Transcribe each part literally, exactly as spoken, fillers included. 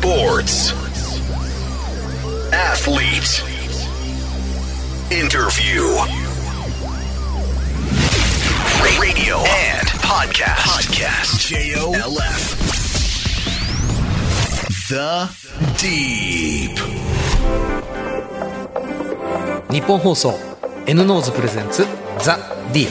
Sports. Athlete. Interview. Radio and podcast. Podcast. J O L F. The Deep. 日本放送 N ノーズプレゼンツ The Deep。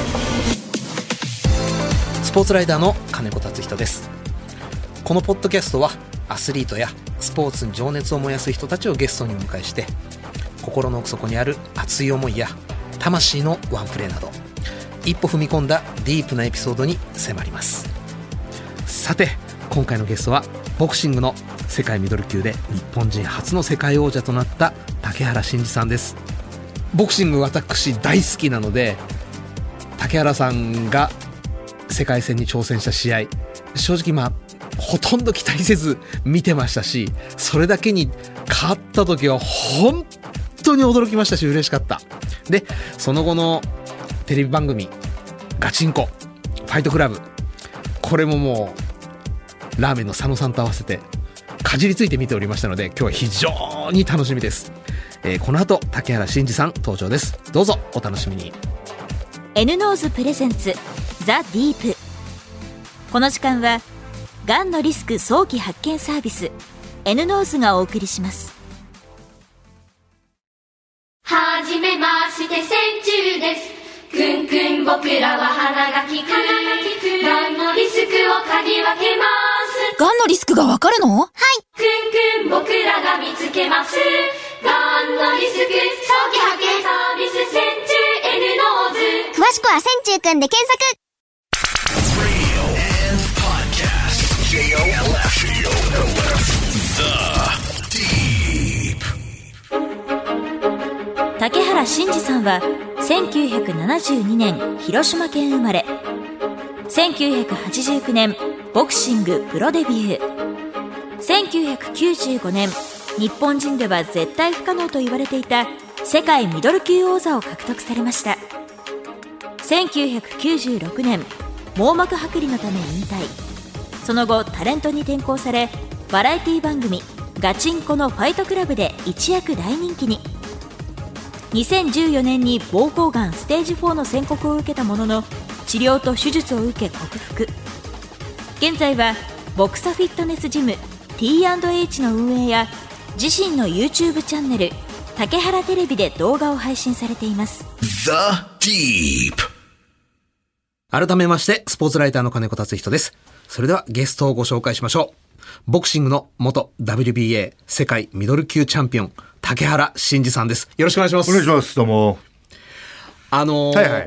スポーツライダーの金子達人です。このポッドキャストはアスリートやスポーツに情熱を燃やす人たちをゲストにお迎えして、心の奥底にある熱い思いや魂のワンプレーなど、一歩踏み込んだディープなエピソードに迫ります。さて今回のゲストはボクシングの世界ミドル級で日本人初の世界王者となった竹原慎二さんです。ボクシング私大好きなので、竹原さんが世界戦に挑戦した試合、正直まあほとんど期待せず見てましたし、それだけに勝った時は本当に驚きましたし嬉しかった。でその後のテレビ番組ガチンコファイトクラブ、これももうラーメンの佐野さんと合わせてかじりついて見ておりましたので、今日は非常に楽しみです。えー、この後竹原慎二さん登場です。どうぞお楽しみに。 N ノーズプレゼンツザ・ディープ。この時間はがんのリスク早期発見サービス N ノーズがお送りします。 はじめまして千中です。くんくん僕らは鼻が利く。がんのリスクを嗅ぎ分けます。 がんのリスクがわかるの？はい。 くんくん僕らが見つけます。がんのリスク早期発見サービス千中 N ノーズ。 詳しくは千中くんで検索。 Radio and podcast. J O L F. The Deep. 竹原慎二さんはせんきゅうひゃくななじゅうにねん広島県生まれ。せんきゅうひゃくはちじゅうきゅうねんボクシングプロデビュー。せんきゅうひゃくきゅうじゅうごねん日本人では絶対不可能と言われていた世界ミドル級王座を獲得されました。せんきゅうひゃくきゅうじゅうろくねん網膜剥離のため引退。その後タレントに転向され、バラエティ番組ガチンコのファイトクラブで一躍大人気に。にせんじゅうよねんに膀胱がんステージフォーの宣告を受けたものの、治療と手術を受け克服。現在はボクサフィットネスジム ティーアンドエイチ の運営や自身の YouTube チャンネル竹原テレビで動画を配信されています。 The Deep. 改めましてスポーツライターの金子達人です。それではゲストをご紹介しましょう。ボクシングの元 ダブリュービーエー 世界ミドル級チャンピオン竹原慎二さんです。よろしくお願いします。 お願いします。どうも。 あのーはいはい、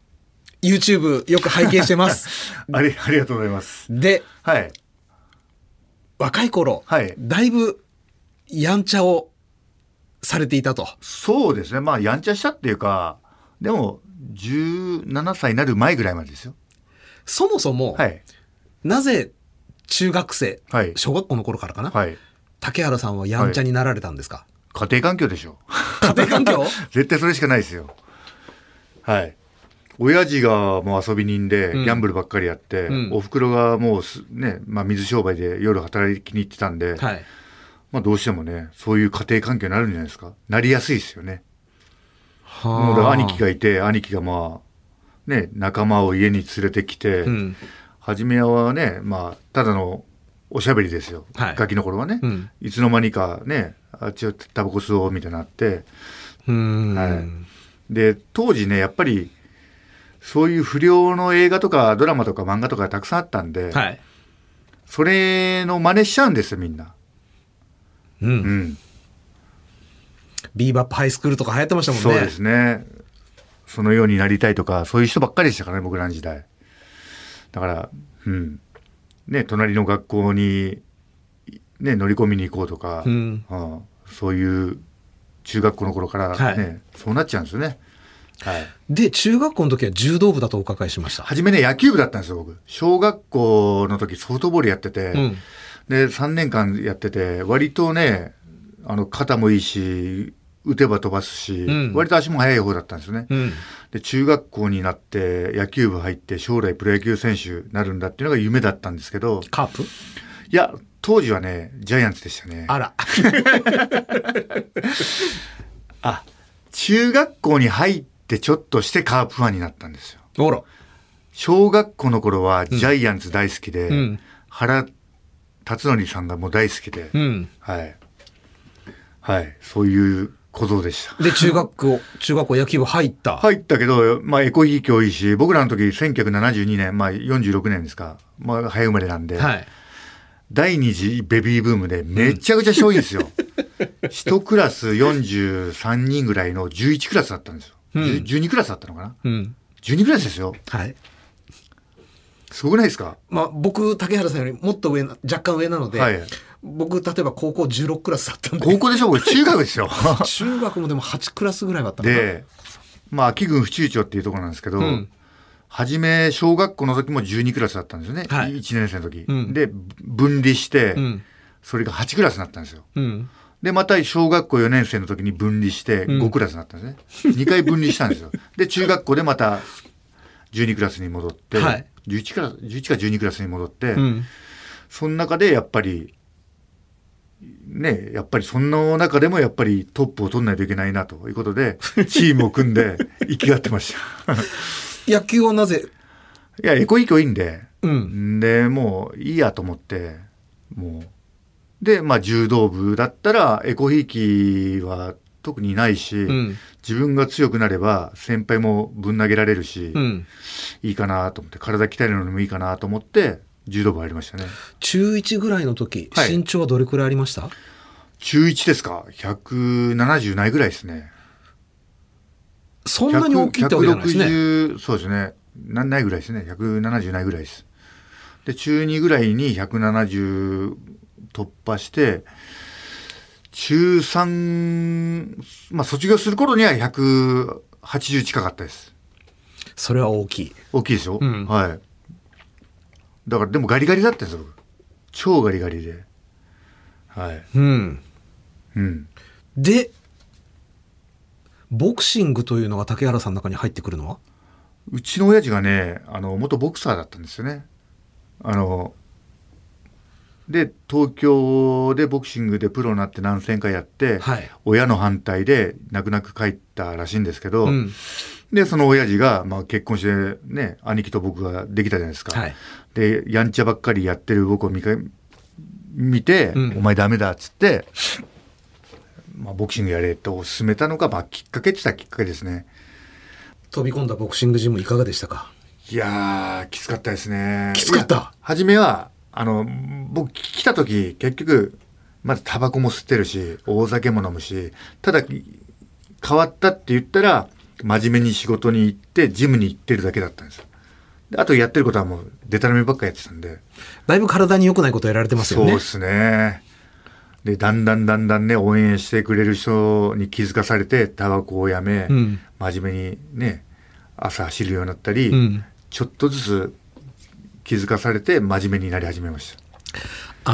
YouTube よく拝見してますあり、ありがとうございます。 で、 はい、 若い頃、はい、だいぶやんちゃをされていたと。 そうですね。まあやんちゃしたっていうか、でもじゅうななさいになる前ぐらいまでですよ。 そもそも、はい、なぜ中学生、はい、小学校の頃からかな、はい、竹原さんはやんちゃになられたんですか？ はい、家庭環境でしょ。 家庭環境絶対それしかないですよ。はい。親父がもう遊び人でギャンブルばっかりやって、うん、お袋がもうね、まあ、水商売で夜働きに行ってたんで、はい、まあどうしてもね、そういう家庭環境になるんじゃないですか。なりやすいですよね。はあ、もうだから兄貴がいて、兄貴がまあね、仲間を家に連れてきて、うん、初めはね、まあただのおしゃべりですよ。はい、ガキの頃はね、うん、いつの間にかね、あっちをタバコ吸おうみたいになって、うーん、はい、で当時ねやっぱりそういう不良の映画とかドラマとか漫画とかたくさんあったんで、はい、それの真似しちゃうんですよみんな。うん、うん、 ビーバップハイスクールとか流行ってましたもんね。 そうですね。そのようになりたいとかそういう人ばっかりでしたからね、僕らの時代。だからうんね、隣の学校に、ね、乗り込みに行こうとか、うんうん、そういう中学校の頃から、ね、はい、そうなっちゃうんですよね。 はい、で中学校の時は柔道部だとお伺いしました。 初めね野球部だったんですよ僕。小学校の時ソフトボールやってて、うん、でさんねんかんやってて割とねあの肩もいいし打てば飛ばすし、うん、割と足も速い方だったんですよね。うん、で中学校になって野球部入って将来プロ野球選手になるんだっていうのが夢だったんですけど、 カープ？ いや、当時はね、ジャイアンツでしたね。 あら。 あ、中学校に入ってちょっとしてカープファンになったんですよ。 あら。 小学校の頃はジャイアンツ大好きで、 うん、 原辰徳さんがもう大好きで、 うん、 はい。はい。そういう小僧でした。 で、中学校、中学校野球部入った。 入ったけど、まあ、エコひいき多いし、僕らの時せんきゅうひゃくななじゅうにねん、まあ、よんじゅうろくねんですか。まあ、早生まれなんで。はい。第二次ベビーブームでめちゃくちゃ少いんですよ。一、クラスよんじゅうさんにんぐらいのじゅういちクラスだったんですよ。うん、じゅうにクラスだったのかな、うん、じゅうにクラスですよ。 はい。 すごくないですか？ まあ、僕、竹原さんよりもっと上な、若干上なので、はい、僕、例えば高校じゅうろくクラスだったんで。 高校でしょ？これ中学ですよ。 中学もでもはちクラスぐらいはあったのかな。で、 まあ、秋郡府中町っていうところなんですけど、うん、初め、小学校の時もじゅうにクラスだったんですよね。はい、いちねん生の時。うん、で、分離して、うん、それがはちクラスになったんですよ。うん、で、また小学校よねん生の時に分離してごクラスになったんですね。うん、にかい分離したんですよ。で、中学校でまたじゅうにクラスに戻って、はい、じゅういちクラス、じゅういちかじゅうにクラスに戻って、うん、その中でやっぱり、ね、やっぱりその中でもやっぱりトップを取んないといけないなということで、チームを組んで生きがってました。 野球はなぜ？ いや、エコひいき多いんで、うん、で、もういいやと思って、もう。で、まあ柔道部だったらエコひいきは特にないし、うん、自分が強くなれば先輩もぶん投げられるし、うん、いいかなと思って、体鍛えるのにもいいかなと思って、柔道部入りましたね。 中いちぐらいの時、はい、身長はどれくらいありました？ 中いちですか？ひゃくななじゅうないぐらいですね。 そんなに大きいってわけじゃないですね。 ひゃくろくじゅう、そうですね。なんないぐらいですね。ひゃくななじゅうないぐらいです。で、中にぐらいにひゃくななじゅう突破して、中さん、まあ卒業する頃にはひゃくはちじゅう近かったです。 それは大きい。 大きいでしょ、うん、はい。だからでもガリガリだったんですよ。超ガリガリで。はい。うん。 うん。で、ボクシングというのが竹原さんの中に入ってくるのは？ うちの親父がね、あの、元ボクサーだったんですよね。あの、で、東京でボクシングでプロになって何戦かやって、はい、親の反対で泣く泣く帰ったらしいんですけど、うん、で、その親父が、まあ、結婚してね、兄貴と僕ができたじゃないですか。はい、で、やんちゃばっかりやってる僕を見か見て、うん、お前ダメだっつって、まあ、ボクシングやれと勧めたのが、まあ、きっかけって言ったらきっかけですね。 飛び込んだボクシングジムいかがでしたか？ いやー、きつかったですね。 きつかった。 初めは、あの、僕来た時、結局、まずタバコも吸ってるし、大酒も飲むし、ただ、変わったって言ったら、真面目に仕事に行って、ジムに行ってるだけだったんですよ。で、あとやってることはもう、デタラメばっかりやってたんで。 だいぶ体に良くないことやられてますよね。 そうですね。で、だんだんだんだんね、応援してくれる人に気づかされて、タバコをやめ、うん、真面目にね、朝走るようになったり、うん、ちょっとずつ気づかされて真面目になり始めました。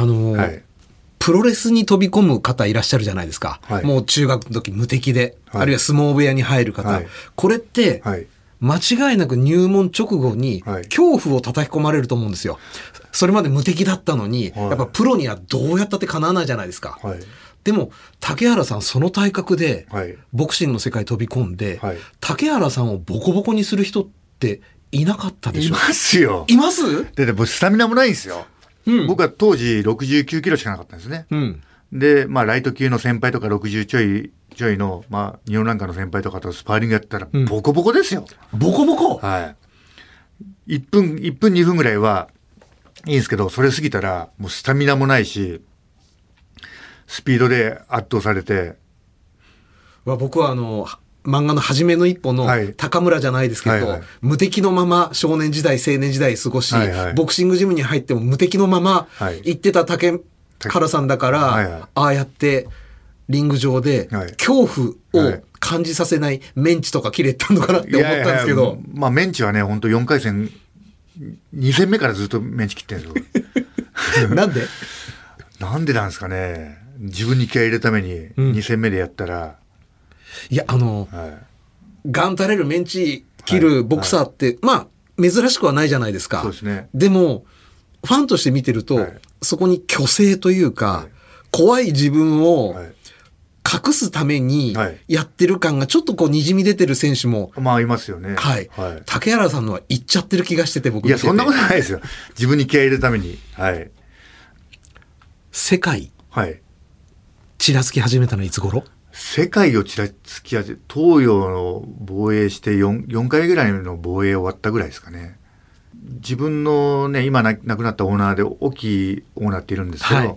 あのーはい、プロレスに飛び込む方いらっしゃるじゃないですか。はい、もう中学の時無敵で、はい、あるいは相撲部屋に入る方。はい、これって、はい、間違いなく入門直後に恐怖を叩き込まれると思うんですよ。それまで無敵だったのに、はい、やっぱプロにはどうやったってかなわないじゃないですか。はい、でも竹原さんその体格でボクシングの世界飛び込んで、はい、竹原さんをボコボコにする人っていなかったでしょ？ いますよ。 います？ で、でもスタミナもないんですよ。うん、僕は当時ろくじゅうきゅうキロしかなかったんですね。うん、で、まあライト級の先輩とかろくじゅうちょいちょいの、まあ日本ランカーの先輩とかとスパーリングやったらボコボコですよ。 うん、ボコボコ？ はい。いっぷん、いっぷんにふんぐらいはいいんですけど、それ過ぎたらもうスタミナもないし、スピードで圧倒されて。 僕はあの、漫画の初めの一歩の高村じゃないですけど、はいはいはい、無敵のまま少年時代、青年時代過ごし、はいはい、ボクシングジムに入っても無敵のまま行ってた竹原さんだから、はいはい、ああやってリング上で恐怖を感じさせないメンチとか切れたのかなって思ったんですけど。いやいやいや、 まあメンチはね、本当よんかい戦、に戦目からずっとメンチ切ってるんですよ。 なんでなんでなんですかね。自分に気合い入れるためにに戦目でやったら、うん、 いや、あの、はい、ガン垂れるメンチ切るボクサーって、はいはい、まあ、珍しくはないじゃないですか。 そうですね。 でも、 ファンとして見てると、はい、そこに虚勢というか、はい、怖い自分を隠すためにやってる感がちょっとこう滲み出てる選手も、 まあいますよね。 はい。はい、竹原さんのは言っちゃってる気がしてて、僕いや、そんなことないですよ。自分に気合い入れるために。はい。 世界。はい。ちらつき始めたのはいつ頃？ 世界をちらつき始め、東洋の防衛して 4, よんかいぐらいの防衛終わったぐらいですかね。自分のね、今亡くなったオーナーで、大きいオーナーっているんですけど、はい、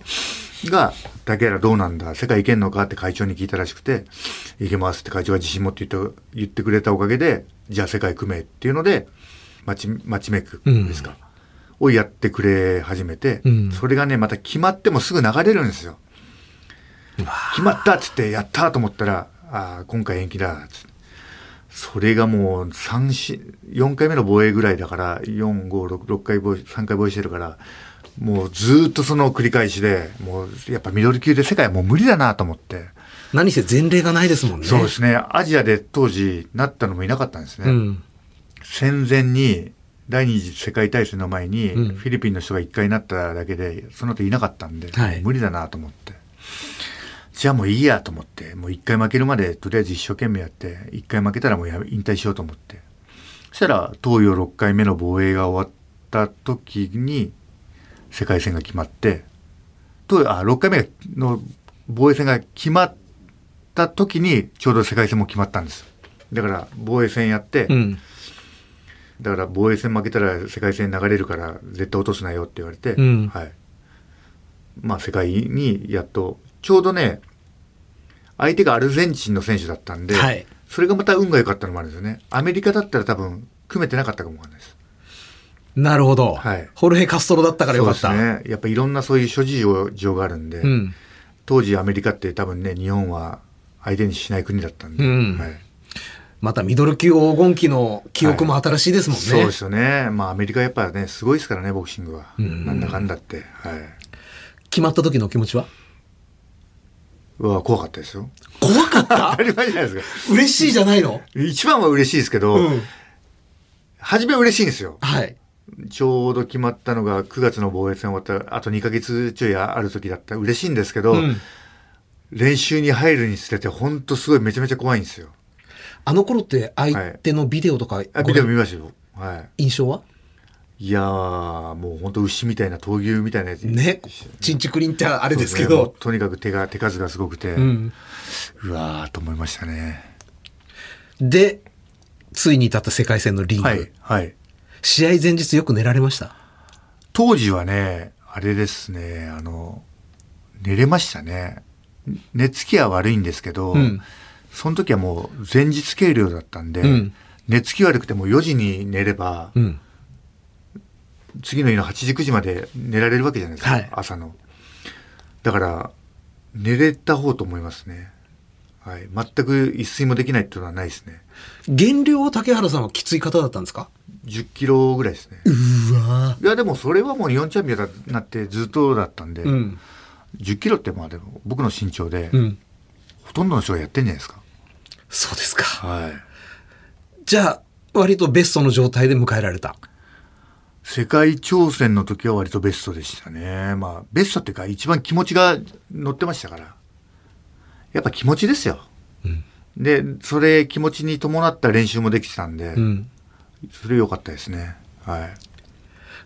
が、竹原どうなんだ、世界行けんのかって会長に聞いたらしくて、行けますって会長が自信持って言って、言ってくれたおかげで、じゃあ世界組めっていうので、マッチ、マッチメイクですか、うん、をやってくれ始めて、うん、それがね、また決まってもすぐ流れるんですよ。決まったっつって、やったーと思ったら、ああ、今回延期だっつって。それがもうさん、よんかいめの防衛ぐらいだから、よん、ご、ろく、ろっかい防衛、さんかい防衛してるから、もうずっとその繰り返しで、もうやっぱミドル級で世界はもう無理だなと思って。 何せ前例がないですもんね。 そうですね。アジアで当時なったのもいなかったんですね。うん、戦前に、第二次世界大戦の前に、うん、フィリピンの人がいっかいなっただけで、その後いなかったんで、はい、無理だなと思って。じゃあもういいやと思って、もう一回負けるまでとりあえず一生懸命やって、一回負けたらもうや引退しようと思って。そしたら東洋ろっかいめの防衛が終わった時に世界戦が決まって、東洋、あ、ろっかいめの防衛戦が決まった時にちょうど世界戦も決まったんです。だから防衛戦やって、うん、だから防衛戦負けたら世界戦流れるから絶対落とすなよって言われて、うん、はい。まあ世界にやっと、ちょうどね、相手がアルゼンチンの選手だったんで、はい、それがまた運が良かったのもあるんですよね。アメリカだったら多分組めてなかったかもわかんないです。 なるほど。はい、ホルヘ・カストロだったからよかった。 そうですね。やっぱいろんなそういう諸事情があるんで、うん、当時アメリカって多分ね、日本は相手にしない国だったんで。うんはい、 またミドル級黄金期の記憶も新しいですもんね。はい、 そうですよね。まあアメリカやっぱね、すごいですからね、ボクシングは。うん、なんだかんだって。はい、 決まった時の気持ちは？ うわ怖かったですよ。 怖かった？ 当たり前じゃないですか。 嬉しいじゃないの？ 一番は嬉しいですけど、うん、初めは嬉しいんですよ。 はい。 ちょうど決まったのがくがつの防衛戦終わったあとにかげつちょいある時だったら嬉しいんですけど、うん、練習に入るにつれて本当すごいめちゃめちゃ怖いんですよ。 あの頃って相手のビデオとか、はい、 あビデオ見ましたよ。はい。 印象は？ いやーもう本当牛みたいな闘牛みたいなやつね、チンチクリンってあれですけど、 ね、とにかく手が手数がすごくて、うん、うわーと思いましたね。 でついに至った世界戦のリング、 はいはい、 試合前日よく寝られました？ 当時はねあれですね、あの寝れましたね。寝つきは悪いんですけど、うん、その時はもう前日計量だったんで、うん、寝つき悪くてもよじに寝れば、うん次の日のはちじくじまで寝られるわけじゃないですか、はい、朝の。だから寝れた方と思いますね。はい、全く一睡もできないっていうのはないですね。 減量は竹原さんはきつい方だったんですか？ じゅっキロぐらいですね。 うわいやでもそれはもう日本チャンピオンになってずっとだったんで、うん、じゅっキロってまあでも僕の身長で、うん、ほとんどの人がやってんじゃないですか。 そうですか。 はい。 じゃあ割とベストの状態で迎えられた？ 世界挑戦の時は割とベストでしたね。まあベストっていうか一番気持ちが乗ってましたから。やっぱ気持ちですよ。うん、でそれ気持ちに伴った練習もできてたんで、うん、それ良かったですね。はい。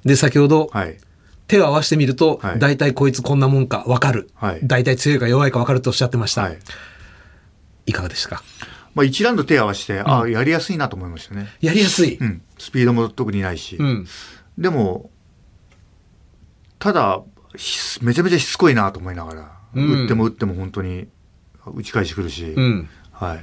で先ほど、はい、手を合わせてみると、はい、大体こいつこんなもんか分かる、はい、大体強いか弱いか分かるとおっしゃってました。はい、いかがでしたか？ まあ、いちラウンド手を合わせて、うん、ああやりやすいなと思いましたね。 やりやすい、 うん、スピードも特にないし。うんでもただめちゃめちゃしつこいなと思いながら、うん、打っても打っても本当に打ち返してくるし、うん、はい、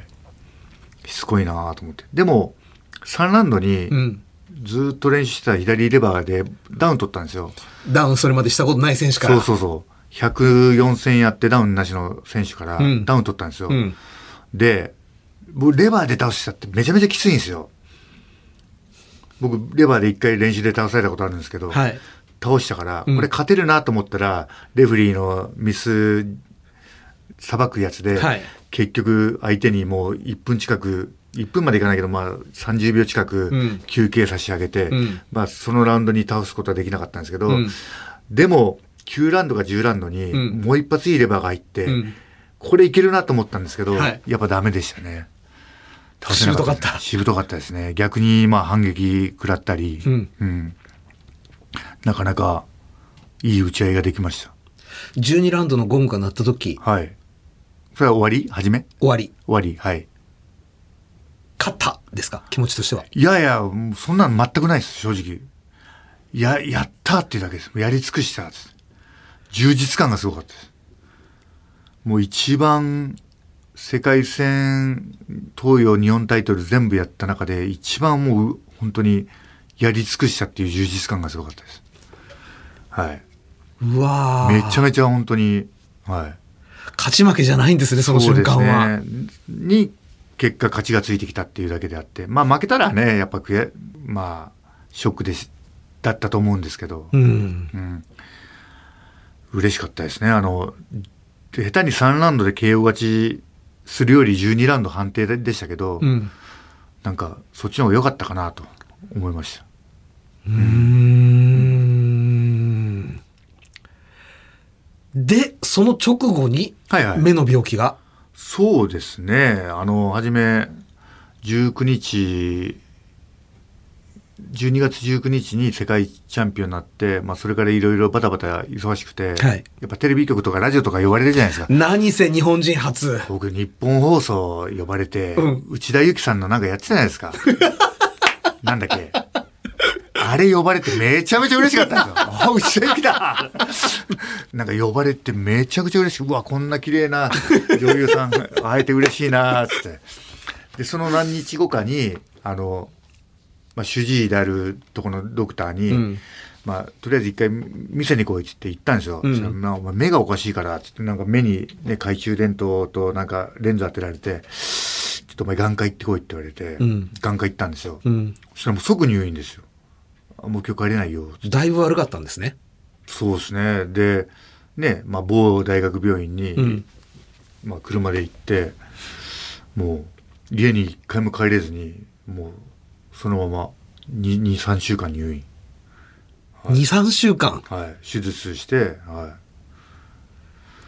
しつこいなと思って。でもさんラウンドにずっと練習してた左レバーでダウン取ったんですよ。 ダウンそれまでしたことない選手から。 そうそうそうひゃくよん戦やってダウンなしの選手からダウン取ったんですよ。うん、でレバーで倒したってめちゃめちゃきついんですよ。僕レバーで一回練習で倒されたことあるんですけど、はい、倒したから、うん、これ勝てるなと思ったらレフェリーのミスさばくやつで、はい、結局相手にもういっぷん近くいっぷんまでいかないけど、まあ、さんじゅうびょう近く休憩差し上げて、うん、まあ、そのラウンドに倒すことはできなかったんですけど、うん、でも、きゅうラウンドかじゅうラウンドに、もう一発いいレバーが入って、うん、これいけるなと思ったんですけど、はい、やっぱダメでしたね。 しぶとかった。 しぶとかったですね。逆に、まあ、反撃食らったり、うんうん、なかなかいい打ち合いができました。 じゅうにラウンドのゴングが鳴った時。 はい。それは終わり始め終わり。 終わり。はい。 勝ったですか気持ちとしては。 いやいや、そんなの全くないです、正直。や、やったっていうだけです。やり尽くしたです。充実感がすごかったです。もう一番、世界戦、東洋日本タイトル全部やった中で、一番もう本当にやり尽くしたっていう充実感がすごかったです。はい。 うわー。 めちゃめちゃ本当に、はい。 勝ち負けじゃないんですね、その瞬間は。 そうですね。に、結果勝ちがついてきたっていうだけであって、まあ負けたらね、やっぱ悔や、まあ、ショックでし、だったと思うんですけど、うん。うん。嬉しかったですね。あの、下手にさんラウンドで ケーオー 勝ちするよりじゅうにラウンド判定でしたけど、うん、なんかそっちの方が良かったかなと思いました。 うーん。で、その直後に目の病気が、はいはい、 そうですね。あの、はじめじゅうくにち、じゅうにがつじゅうくにちに世界チャンピオンになって、まあそれからいろいろバタバタ忙しくて、はい、やっぱテレビ局とかラジオとか呼ばれるじゃないですか。 何せ日本人初。 僕日本放送呼ばれて、うん、内田有紀さんのなんかやってたじゃないですか。なんだっけ。あれ呼ばれてめちゃめちゃ嬉しかったんですよ。あ、内田有紀だなんか呼ばれてめちゃくちゃ嬉しい。うわ、こんな綺麗な女優さん会えて嬉しいなーって。で、その何日後かに、あの、まあ、主治医であるところのドクターに、うん、まあ、とりあえず一回店に来いって言ったんですよ。うん、まあ、お前目がおかしいからっつってなんか目に、ね、懐中電灯となんかレンズ当てられて、ちょっとお前眼科行ってこいって言われて、うん、眼科行ったんですよ。うん、そしたらもう即入院ですよ。もう今日帰れないよ。 だいぶ悪かったんですね。 そうですね。で、ね、まあ、某大学病院に、うん、まあ、車で行って、もう家に一回も帰れずに、もう、そのままに、に、さんしゅうかん入院。 はい、に、さんしゅうかんはい。手術して、はい。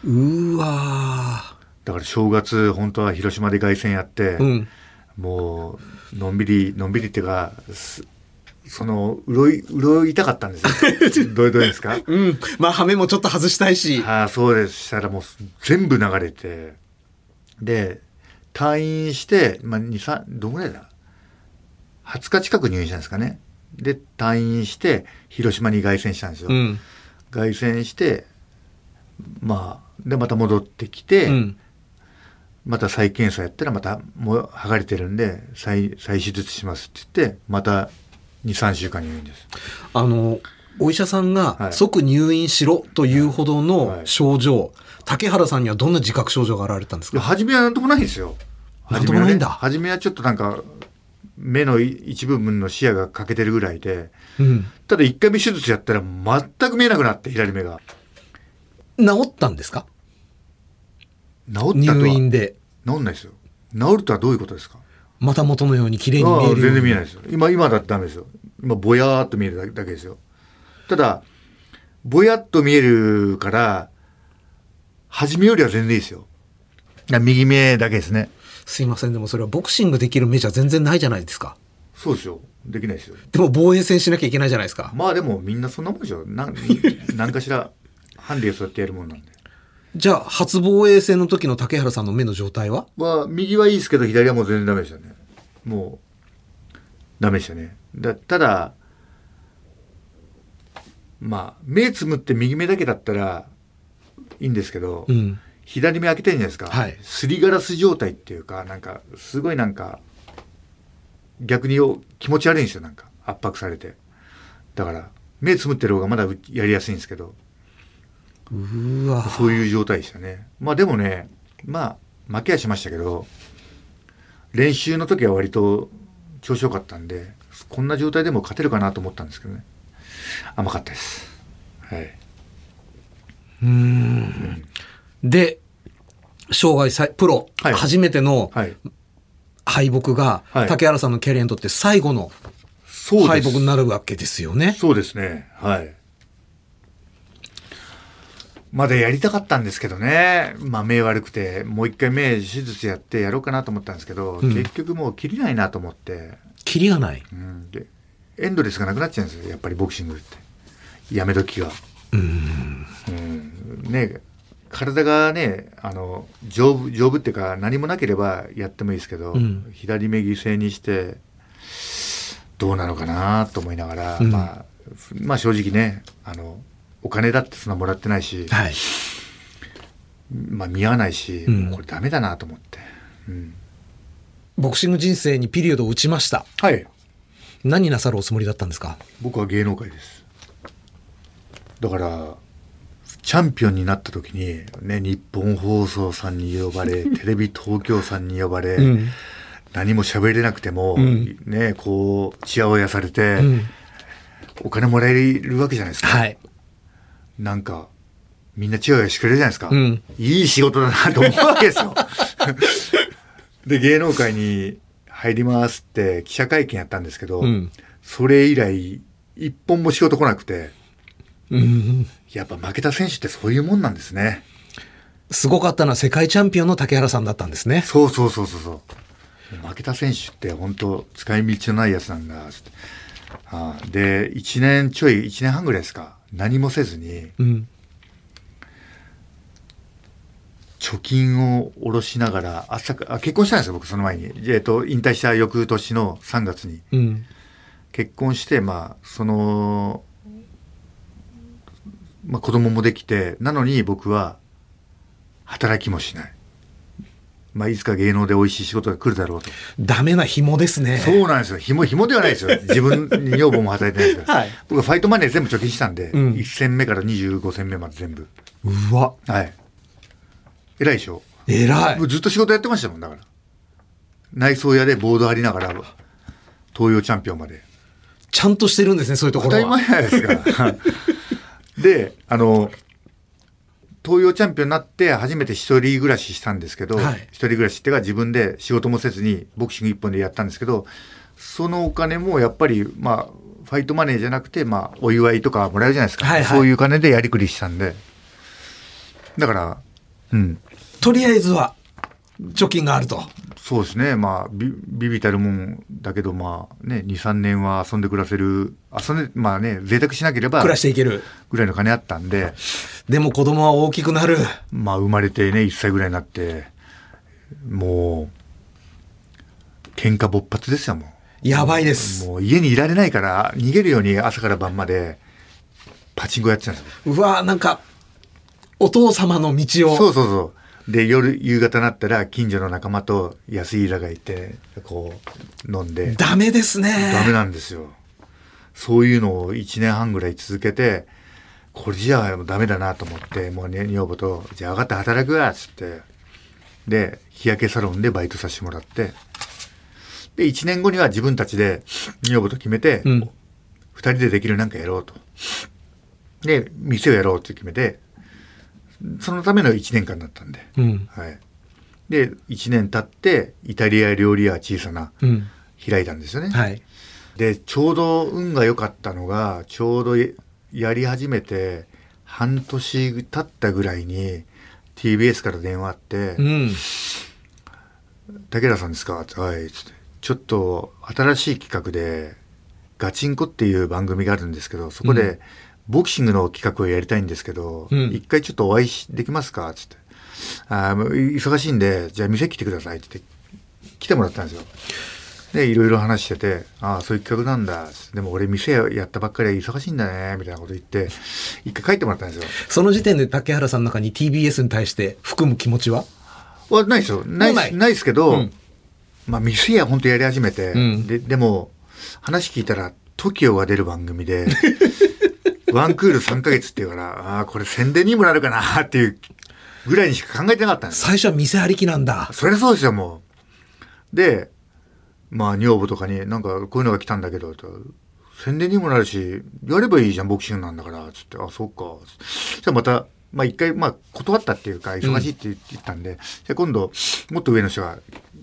うわー。だから正月、本当は広島で凱旋やって、うん、もう、のんびり、のんびりっていうか、その、うろい、うろいたかったんですよ。どういうどうですかうん。まあ、羽目もちょっと外したいし。 ああ、そうです。したらもう全部流れて、で、退院して、まあ、に、さん、どんぐらいだはつか近く入院したんですかね。で、退院して、広島に凱旋したんですよ。うん、凱旋して、まあ、で、また戻ってきて、うん、また再検査やったら、また、もう、剥がれてるんで、再、再手術しますって言って、また、に、さんしゅうかん入院です。 あの、お医者さんが即入院しろというほどの症状、はいはい、竹原さんにはどんな自覚症状が現れたんですか？ 初めはなんともないんですよ。 なんともないんだ。 初めはちょっとなんか、目の一部分の視野が欠けてるぐらいで、うん、ただ一回目手術やったら全く見えなくなって、左目が。 治ったんですか？ 治ったとは入院で。 治んないですよ。治るとはどういうことですか？ また元のように綺麗に見えるように。 全然見えないですよ。今、今だってダメですよ。今、ぼやーっと見えるだけですよ。ただ、ぼやっと見えるから、初めよりは全然いいですよ。右目だけですね。 すいません、でもそれはボクシングできる目じゃ全然ないじゃないですか。 そうですよ。できないですよ。 でも防衛戦しなきゃいけないじゃないですか。 まあでもみんなそんなもんでしょ。な何かしら、ハンディをそうやってやるもんなんで。 じゃあ、初防衛戦の時の竹原さんの目の状態は？ まあ、右はいいですけど、左はもう全然ダメでしたね。もう、ダメでしたね。だただ、まあ、目つむって右目だけだったらいいんですけど、うん、左目開けてるじゃないですか。はい、すりガラス状態っていうか、なんか、すごいなんか、逆に気持ち悪いんですよ、なんか、圧迫されて。だから、目つむってる方がまだやりやすいんですけど、 うわそういう状態でしたね。まあでもね、まあ負けはしましたけど、練習の時は割と調子良かったんで、こんな状態でも勝てるかなと思ったんですけどね、甘かったです。はい。 うーん、うん、で生涯最プロ、はい、初めての敗北が、はい、竹原さんのキャリアにとって最後の敗北になるわけですよね。 そうですね。はい。まだやりたかったんですけどね。まあ目悪くて、もう一回目手術やってやろうかなと思ったんですけど、うん、結局もう切りないなと思って。 切りがない、 うん、でエンドレスがなくなっちゃうんですよ、やっぱりボクシングって。やめ時が。 うん、 うん、ね、体がね、あの丈夫丈夫っていうか何もなければやってもいいですけど、うん、左目犠牲にしてどうなのかなと思いながら、うん、まあ、まあ正直ね、あのお金だってそんなもらってないし、 はい、 まあ見合わないし、うん、これダメだなと思って、うん、 ボクシング人生にピリオドを打ちました。 はい。 何なさるおつもりだったんですか？ 僕は芸能界です。だからチャンピオンになった時に、ね、日本放送さんに呼ばれテレビ東京さんに呼ばれ、うん、何も喋れなくても、うん、ね、こうちやほやされて、うん、お金もらえるわけじゃないですか、 はい、 なんかみんなちやほやしてくれるじゃないですか、 うん、 いい仕事だなと思うわけですよで芸能界に入りますって記者会見やったんですけど、うん、それ以来一本も仕事来なくて、 うん、 やっぱ負けた選手ってそういうもんなんですね。 すごかったのは世界チャンピオンの竹原さんだったんですね。 そうそうそうそうそう。負けた選手って本当使い道のないやつなんだ。ああでいちねんちょいいちねんはんぐらいですか、何もせずに、うん、貯金を下ろしながら朝あ結婚したんですよ僕その前に、えっと引退した翌年のさんがつに、うん、結婚して、まあそのまあ、子供もできて、なのに僕は働きもしない、まあ、いつか芸能で美味しい仕事が来るだろうと。 ダメな紐ですね。 そうなんですよ。紐紐ではないですよ。自分に女房も働いてないですから、はい、僕はファイトマネー全部貯金したんで、うん、いっ戦目からにじゅうご戦目まで全部。 うわ、 はい、偉いでしょ。 偉い。 ずっと仕事やってましたもん。だから内装屋でボード張りながら東洋チャンピオンまでちゃんとしてるんですね、そういうところは。 当たり前じゃないですかで、あの東洋チャンピオンになって初めて一人暮らししたんですけど、はい、一人暮らしっていうか自分で仕事もせずにボクシング一本でやったんですけど、そのお金もやっぱりまあファイトマネーじゃなくて、まあお祝いとかもらえるじゃないですか、はいはい、そういう金でやりくりしたんで、だからうんとりあえずは貯金があると。 そうですね、まあビビビたるもんだけど、まあね にさんねんは遊んで暮らせる、遊んでまあね贅沢しなければ暮らしていけるぐらいの金あったんで。 でも子供は大きくなる。 まあ生まれてねいっさいぐらいになってもう喧嘩勃発ですよ。もうやばいです。 もう家にいられないから逃げるように朝から晩までパチンコやってたんですよ。 うわー、なんかお父様の道を。 そうそうそう。で夜夕方になったら近所の仲間と安井らがいてこう飲んで。 ダメですね。 ダメなんですよ。そういうのをいちねんはんぐらい続けて、これじゃあダメだなと思って、もうね女房とじゃあ上がって働くわっつって、で日焼けサロンでバイトさせてもらって、でいちねんごには自分たちで女房と決めて、うん、ふたりでできるなんかやろうと。で店をやろうって決めて、そのためのいちねんかんだったんで、うん、はい、でいちねん経ってイタリア料理屋小さな、うん、開いたんですよね、 はい、 でちょうど運が良かったのが、ちょうどやり始めて半年経ったぐらいに ティービーエス から電話あって、うん、竹原さんですか？はい、つって、ちょっと新しい企画でガチンコっていう番組があるんですけど、そこで、うんボクシングの企画をやりたいんですけど、うん、一回ちょっとお会いできますかつって、あ忙しいんでじゃあ店来てくださいって来てもらったんですよ。でいろいろ話してて、ああそういう企画なんだ、でも俺店やったばっかりは忙しいんだねみたいなこと言って一回帰ってもらったんですよ。 その時点で竹原さんの中に ティービーエス に対して含む気持ちははないですよ。ないないですけど、うん、まあ店や本当やり始めて、うん、ででも話聞いたら トキオ が出る番組でワンクールさんかげつっていうから、ああこれ宣伝にもなるかなっていうぐらいにしか考えてなかったんです。 最初は店ありきなんだ。 そりゃそうですよ。もうでまあ女房とかになんかこういうのが来たんだけどと、宣伝にもなるしやればいいじゃんボクシングなんだからつって、あそうか、じゃあまたまあ一回まあ断ったっていうか忙しいって言ったんで、うん、じゃあ今度もっと上の人が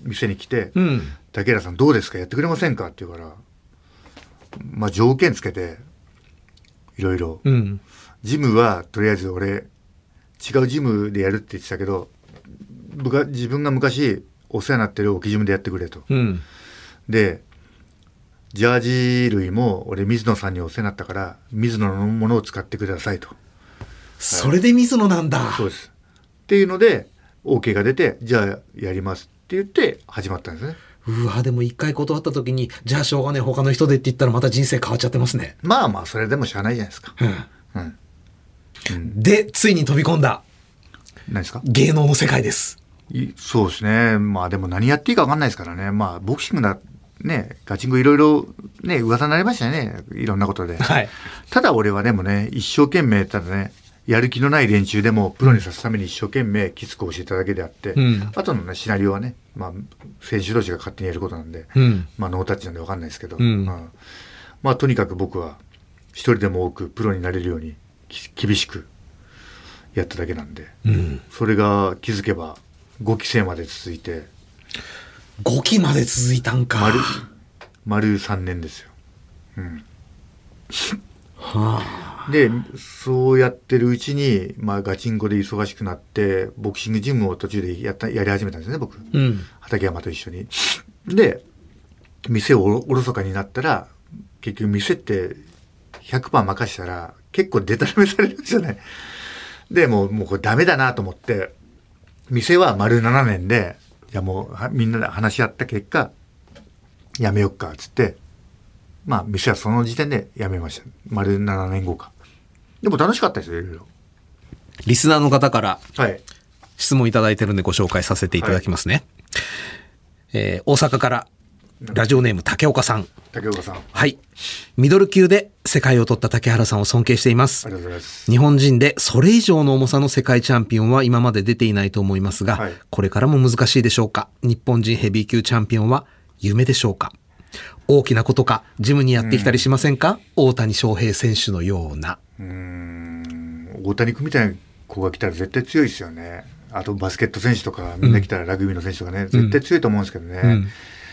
店に来て、 うん、 竹原さんどうですかやってくれませんかって言うから、まあ条件つけていろいろ、うん、ジムはとりあえず俺違うジムでやるって言ってたけど、僕が自分が昔お世話になってる置きジムでやってくれと、うん、でジャージ類も俺水野さんにお世話になったから水野のものを使ってくださいと。 それで水野なんだ、 はい、そうですっていうので OK が出て、じゃあやりますって言って始まったんですね。 うわ、でも一回断った時にじゃあしょうがねえ他の人でって言ったらまた人生変わっちゃってますね。 まあまあそれでもしゃあないじゃないですか、うんうんうん、でついに飛び込んだ何ですか、 芸能の世界です。 そうですね。まあでも何やっていいか分かんないですからね。まあボクシングだね、ガチンコいろいろね噂になりましたね、いろんなことで、はい、ただ俺はでもね一生懸命ただねやる気のない連中でもプロにさすために一生懸命きつく教えただけであって、うん、あとのねシナリオはね、まあ、選手同士が勝手にやることなんで、うん、まあノータッチなんで分かんないですけど、うんうん、まあとにかく僕は一人でも多くプロになれるように厳しくやっただけなんで、うん、それが気づけばごき生まで続いて、 ごきまで続いたんか。 丸、丸さんねんですよ。うん。はあ、で、そうやってるうちに、まあガチンコで忙しくなって、ボクシングジムを途中でやった、やり始めたんですね、僕。うん、畠山と一緒に。で、店をおろそかになったら、結局店って ひゃくパーセント 任したら、結構デタラメされるんですよね。で、もう、もうこれダメだなと思って、店は丸ななねんで、じゃあもうみんなで話し合った結果、やめよっかっつって、まあ店はその時点でやめました。丸ななねんごか。でも楽しかったですよ、いろいろ。 リスナーの方から質問いただいてるんでご紹介させていただきますね。はい、えー、大阪からラジオネーム竹岡さん。 竹岡さん。 はい。ミドル級で世界を取った竹原さんを尊敬しています。 ありがとうございます。 日本人でそれ以上の重さの世界チャンピオンは今まで出ていないと思いますが、はい、これからも難しいでしょうか。日本人ヘビー級チャンピオンは夢でしょうか。大きなことか、ジムにやってきたりしませんか、うん、大谷翔平選手のような。 うーん、大谷君みたいな子が来たら絶対強いですよね。あとバスケット選手とかみんな来たらラグビーの選手とかね、うん、絶対強いと思うんですけどね。うんうん、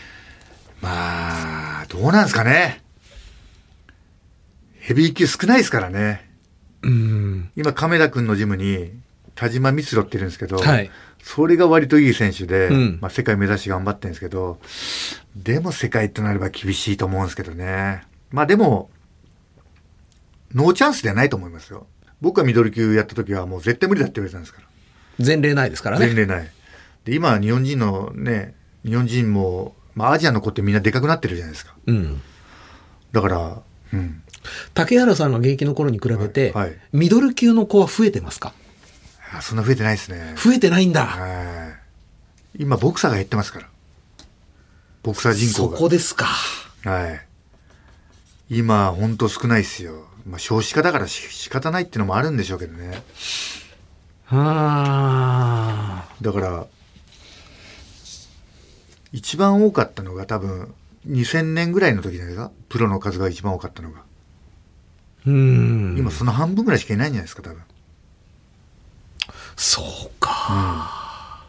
まあどうなんですかね。ヘビー級少ないですからね。うん、今亀田君のジムに田島光郎っているんですけど、はい、それが割といい選手で、うん、まあ、世界目指して頑張ってるんですけど、でも世界となれば厳しいと思うんですけどね。まあでもノーチャンスではないと思いますよ。僕がミドル級やった時はもう絶対無理だって言われたんですから。 前例ないですからね。 前例ない。で今日本人のね、日本人も、まあ、アジアの子ってみんなでかくなってるじゃないですか。うん、だから、うん、 竹原さんが現役の頃に比べて、はいはい、ミドル級の子は増えてますか？ そんな増えてないですね。 増えてないんだ。 はい。今ボクサーが減ってますから。ボクサー人口が。 そこですか。 はい。今ほんと少ないですよ。まあ少子化だからし仕方ないっていうのもあるんでしょうけどね。はあ。だから一番多かったのが多分にせんねんぐらいの時じゃないですか。プロの数が一番多かったのが。うん。今その半分ぐらいしかいないんじゃないですか多分。 そうか、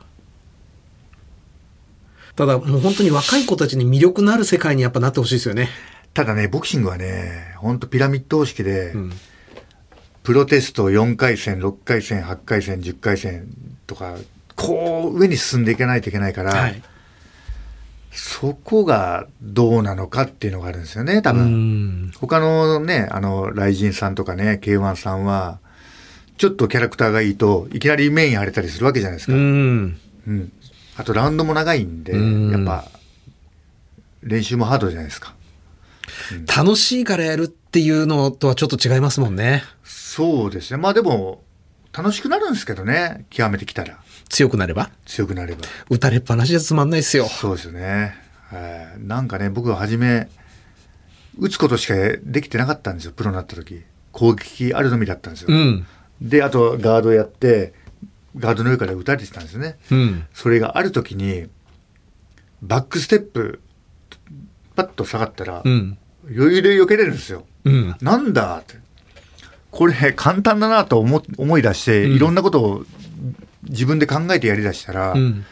うん、ただもう本当に若い子たちに魅力のある世界にやっぱなってほしいですよね。 ただねボクシングはね本当ピラミッド方式で、うん、プロテストよんかい戦ろっかい戦はちかい戦じゅっかい戦とかこう上に進んでいかないといけないから、はい、そこがどうなのかっていうのがあるんですよね多分。他のねあのライジンさんとかね ケーワン さんはちょっとキャラクターがいいといきなりメインやれたりするわけじゃないですか。うん、うん、あとラウンドも長いんでやっぱ練習もハードじゃないですか、 うん、楽しいからやるっていうのとはちょっと違いますもんね。 そうですね。まあでも楽しくなるんですけどね極めてきたら。 強くなれば強くなれば打たれっぱなしじゃつまんないですよ。 そうですよね、えー、なんかね僕は初め打つことしかできてなかったんですよプロになった時。攻撃あるのみだったんですよ、うん、であとガードやってガードの上から打たれてたんですね、うん、それがある時にバックステップパッと下がったら、うん、余裕で避けれるんですよ、うん、なんだってこれ簡単だなと 思, 思い出して、うん、いろんなことを自分で考えてやりだしたら、うん、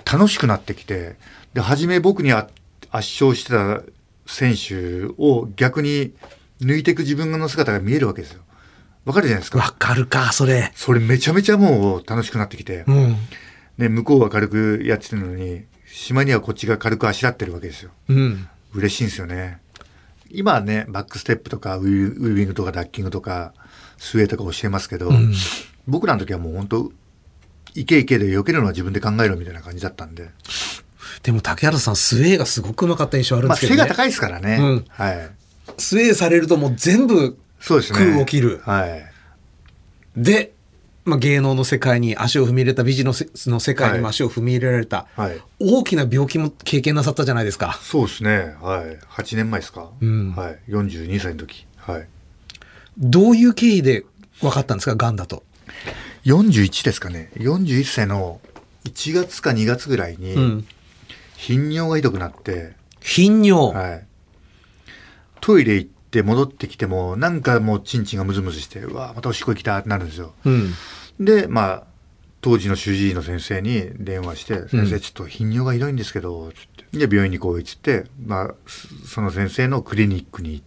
楽しくなってきて、で初め僕に圧勝してた選手を逆に抜いていく自分の姿が見えるわけですよ。わかるじゃないですか。 わかるか、それ。 それめちゃめちゃもう楽しくなってきて、うん、で向こうは軽くやってるのに、島にはこっちが軽くあしらってるわけですよ。うん、嬉しいんですよね。今はね、バックステップとかウィウィングとかダッキングとかスウェーとか教えますけど、うん、僕らの時はもう本当イケイケで避けるのは自分で考えろみたいな感じだったんで。 でも竹原さんスウェーがすごくうまかった印象あるんですけどね。 まあ、背が高いですからね、うん、はい、 スウェーされるともう全部空を切る、ね、はい、で、まあ、芸能の世界に足を踏み入れた、ビジネスの世界にも足を踏み入れられた、はいはい、大きな病気も経験なさったじゃないですか。 そうですね、はい、はちねんまえですか、うん、はい、よんじゅうにさいの時、はい、 どういう経緯で分かったんですか、がんだと。 よんじゅういちですかね。よんじゅういっさいのいちがつかにがつぐらいに、うん、頻尿がひどくなって。 頻尿、 はい、トイレ行って戻ってきてもなんかもうチンチンがムズムズして、うわまたおしっこ行きたってなるんですよ、うん、でまあ当時の主治医の先生に電話して、うん、先生ちょっと頻尿がひどいんですけどつって、で病院にこう行って、まあ、その先生のクリニックに行って、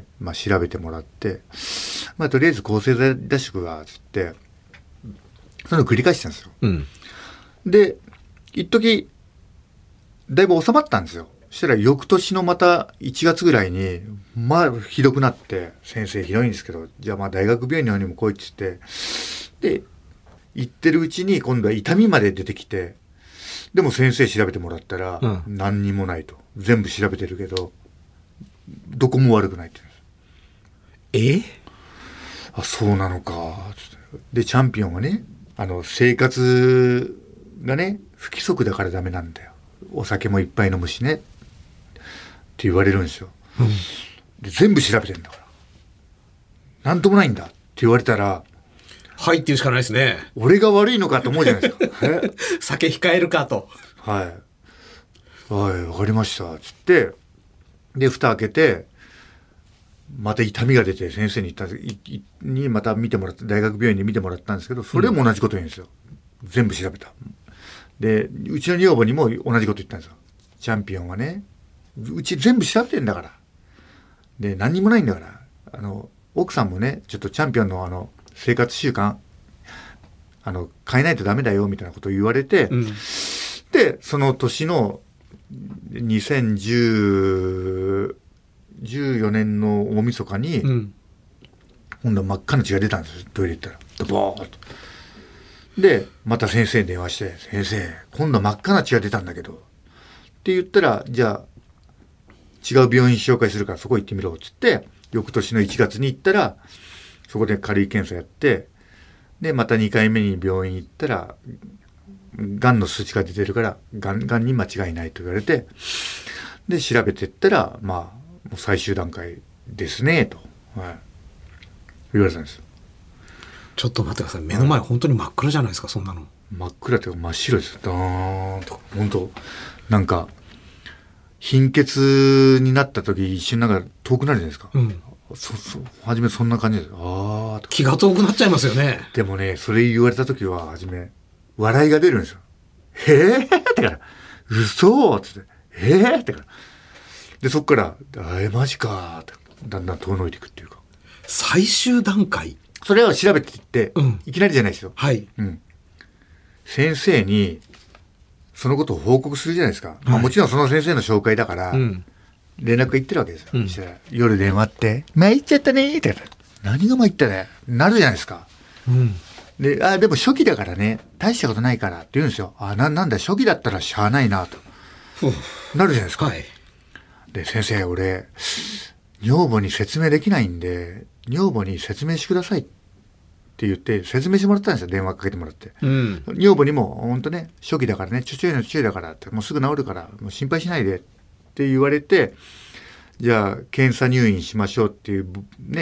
まあ、調べてもらって、まあ、とりあえず抗生剤出してくわつってそれを繰り返してたんですよ、うん、で一時だいぶ収まったんですよ。そしたら翌年のまたいちがつぐらいにまあひどくなって、先生ひどいんですけどじゃあまあ大学病院の方にも来いって言って、で行ってるうちに今度は痛みまで出てきて、でも先生調べてもらったら、うん、何にもないと。全部調べてるけどどこも悪くないって言うんです。 えあ、そうなのか。でチャンピオンはね、あの生活がね不規則だからダメなんだよ、お酒もいっぱい飲むしねって言われるんですよ、うん、で全部調べてんだからなんともないんだって言われたら、 はいって言うしかないですね。 俺が悪いのかと思うじゃないですか酒控えるかと。 はいはいわかりましたつって、で蓋開けてまた痛みが出て先生に言ったにまた見てもらって、大学病院に見てもらったんですけど、それも同じこと言うんですよ、うん、全部調べた。でうちの女房にも同じこと言ったんですよ。チャンピオンはね、うち全部調べてんだから、で何にもないんだから、あの奥さんもねちょっとチャンピオンのあの生活習慣あの変えないとダメだよみたいなことを言われて、うん、でその年のにせんじゅうよねんの大晦日に、うん、今度は真っ赤な血が出たんですよ、トイレ行ったらドボーッと。でまた先生に電話して「先生今度は真っ赤な血が出たんだけど」って言ったら、じゃあ違う病院紹介するからそこ行ってみろっつって、翌年のいちがつに行ったらそこで軽い検査やって、でまたにかいめに病院行ったらがんの数値が出てるからがん、がんに間違いないと言われて、で調べてったらまあもう最終段階ですねと、はい、言われたんですよ。 ちょっと待ってください、目の前本当に真っ暗じゃないですか、そんなの。 真っ暗っていうか真っ白ですよ。ダーンと本当なんか貧血になった時一瞬なんか遠くなるじゃないですか、うん、そそ初めそんな感じです。あ気が遠くなっちゃいますよね。 でもねそれ言われた時は初め笑いが出るんですよ。へえってから嘘っつってへえってからでそっからえマジかってだんだん遠のいていくっていうか。 最終段階それを調べていって、うん、いきなりじゃないですよ。 はい、 うん。先生にそのことを報告するじゃないですか。はい、まあ、もちろんその先生の紹介だから、うん、連絡が行ってるわけですよ。うん、したら夜電話って参っちゃったねって何が参ったねなるじゃないですか。うん、であでも初期だからね大したことないからって言うんですよ。あ な, なんだ初期だったらしゃあないなとなるじゃないですか。はい、で先生俺女房に説明できないんで女房に説明してくださいって言って説明してもらったんですよ。電話かけてもらって、うん、女房にも本当ね初期だからねちょちょいのちょいだからってもうすぐ治るからもう心配しないでって言われて、じゃあ検査入院しましょうっていうね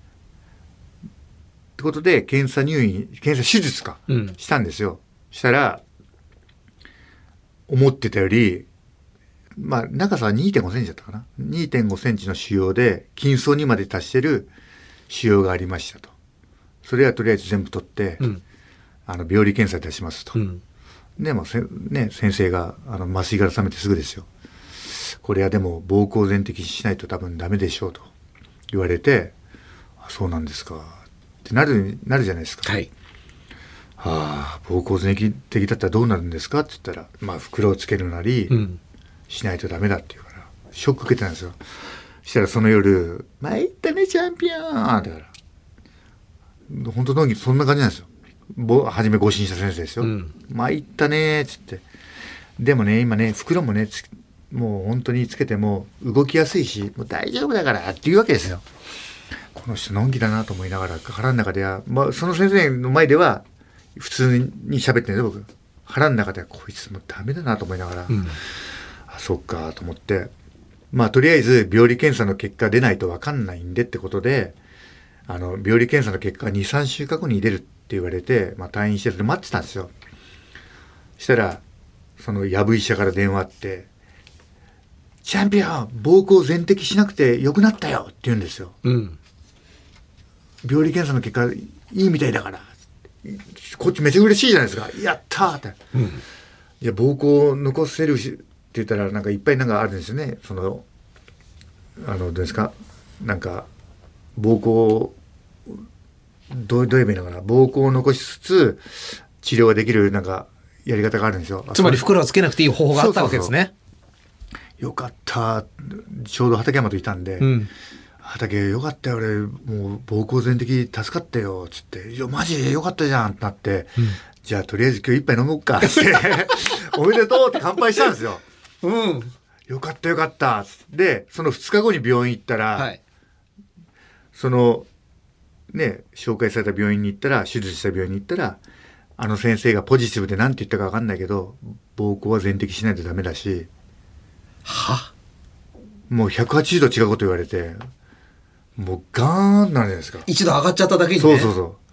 ってことで検査入院検査手術か、うん、したんですよ。したら思ってたよりまあ長さは にてんごセンチだったかな にてんごセンチの腫瘍で筋層にまで達してる腫瘍がありましたと。それはとりあえず全部取って、うん、あの病理検査出しますと、うん、 ね、もうせね、先生があの麻酔から覚めてすぐですよ。これはでも膀胱全摘しないと多分ダメでしょうと言われて、あ、そうなんですかってなるなるじゃないですか。 はい。 はあ、膀胱全摘だったらどうなるんですかって言ったら、まあ袋をつけるなり、うん、しないとダメだって言うからショック受けてたんですよ。したらその夜「参ったねチャンピオン」だから本当のそんな感じなんですよ。ぼ初め誤診した先生ですよ。参、うん、ったねっつって、でもね今ね袋もねつもう本当につけても動きやすいしもう大丈夫だからっていうわけですよ。この人のんきだなと思いながら腹の中では、まあ、その先生の前では普通に喋ってるんですよ僕。腹の中ではこいつもうダメだなと思いながら、うん、あそっかと思って、まあとりあえず病理検査の結果出ないと分かんないんでってことで、あの病理検査の結果が にさんしゅうかんごに出るって言われて、まあ、退院してて待ってたんですよ。したらそのやぶ医者から電話あって「チャンピオン膀胱全摘しなくてよくなったよ」って言うんですよ、うん、病理検査の結果いいみたいだからこっちめちゃ嬉しいじゃないですか。やったーって、うん、いや膀胱残せるしって言ったらなんかいっぱいなんかあるんですよね。そのあのどうですか、なんか膀胱どうどう言えばいいのかな、膀胱を残しつつ治療ができるなんかやり方があるんですよ。 つまり袋をつけなくていい方法があったわけですね。そうそうそう、よかった、ちょうど畠山といたんで、うん、畠よかったよ俺もう膀胱全摘助かったよつって、いやマジよかったじゃんってなって、うん、じゃあとりあえず今日一杯飲もうかっておめでとうって乾杯したんですよ。うん、よかったよかったで、そのふつかごに病院行ったら、はい、そのね紹介された病院に行ったら、手術した病院に行ったら、あの先生がポジティブで何て言ったか分かんないけど膀胱は全摘しないとダメだし、 はもうひゃくはちじゅうど違うこと言われて、もうガーンなるじゃないですか。 一度上がっちゃっただけにね。 そうそうそう、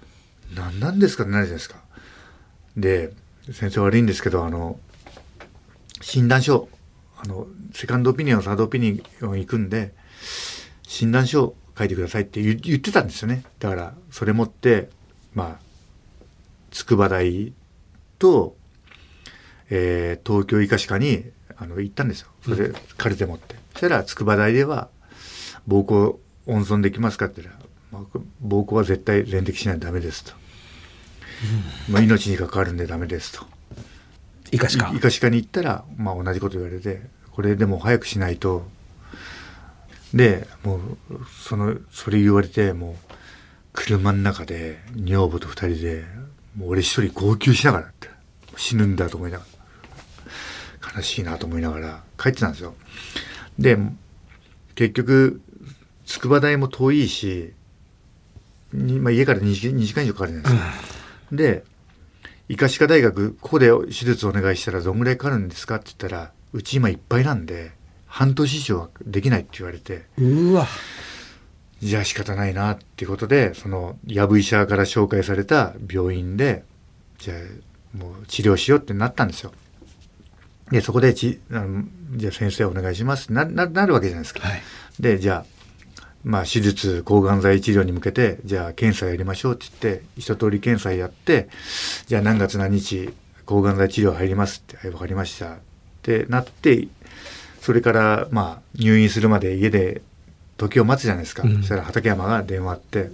何なんですかってなるじゃないですか。で先生悪いんですけど、あの診断書、あのセカンドオピニオンサードオピニオン行くんで診断書書いてくださいって言ってたんですよね。だからそれ持ってまあ筑波大と、えー、東京医科歯科にあの行ったんですよ。それでカルテ持って、うん、そしたら筑波大では膀胱温存できますかって言ったら、まあ、膀胱は絶対全摘しないとダメですと、うん、まあ、命に関わるんでダメですと。 医科歯科医科歯科に行ったら、まあ、同じこと言われて、これでも早くしないと、でもうそのそれ言われて、もう車の中で女房と二人でもう俺一人号泣しながらって、死ぬんだと思いながら、悲しいなと思いながら帰ってたんですよ。で結局筑波大も遠いし、まあ、家からにじかん以上かかるじゃないですか、うん、で医科歯科大学ここで手術お願いしたらどんぐらいかかるんですかって言ったら、うち今いっぱいなんで半年以上はできないって言われて、 うわ、 じゃあ仕方ないなっていうことで、そのやぶ医者から紹介された病院でじゃあもう治療しようってなったんですよ。でそこでちあのじゃあ先生お願いしますってな、な、なるわけじゃないですか、はい、でじゃあまあ手術抗がん剤治療に向けてじゃあ検査やりましょうって言って一通り検査やって、じゃあ何月何日抗がん剤治療入りますって、はい分かりましたってなって、それからまあ入院するまで家で時を待つじゃないですか、うん、そしたら畠山が電話あって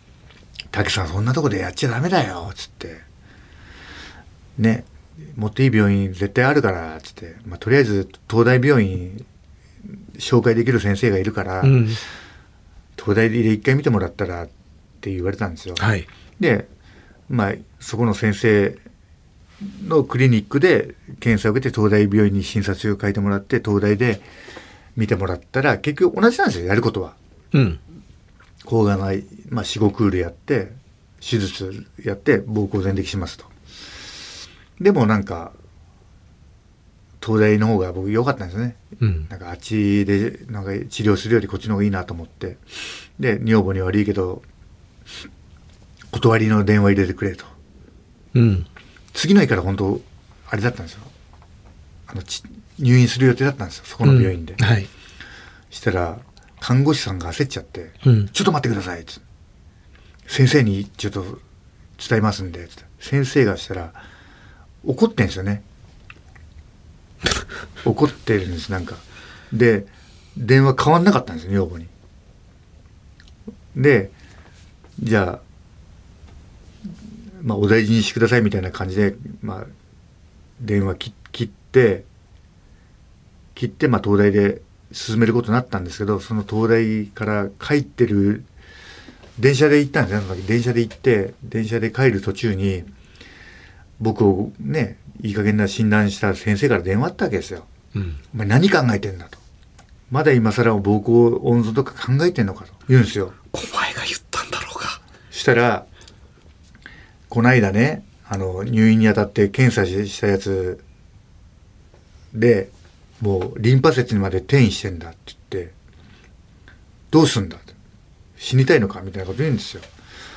「武さんそんなとこでやっちゃダメだよ」っつってね、もっといい病院絶対あるからっつって、まあ、とりあえず東大病院紹介できる先生がいるから、うん、東大で一回見てもらったらって言われたんですよ、 はい、 でまあそこの先生のクリニックで検査を受けて東大病院に診察書を書いてもらって東大で見てもらったら結局同じなんですよ、やることは、うん、抗がん剤、まあ、よん、ごクールやって手術やって膀胱全摘しますと。でもなんか東大の方が僕良かったんですね、うん、なんかあっちでなんか治療するよりこっちの方がいいなと思って、で女房に悪いけど断りの電話入れてくれと、うん、次の日から本当あれだったんですよ、あの入院する予定だったんですよ、そこの病院で、うん、はい、したら看護師さんが焦っちゃって、うん、ちょっと待ってくださいって、先生にちょっと伝えますんでって、先生がしたら怒ってんですよね怒ってるんですなんかで電話変わんなかったんですよ女房に。でじゃあ、まあ、お大事にしてくださいみたいな感じで、まあ、電話切って切って、まあ、東大で進めることになったんですけど、その東大から帰ってる電車で行ったんですね。電車で行って電車で帰る途中に僕をねいい加減な診断した先生から電話あったわけですよ、うん、お前何考えてんだと、まだ今更膀胱温存とか考えてんのかと言うんですよ。 お前が言ったんだろうが。 したらこないだねあの入院にあたって検査したやつでもうリンパ節にまで転移してんだって言ってどうすんだって死にたいのかみたいなこと言うんですよ。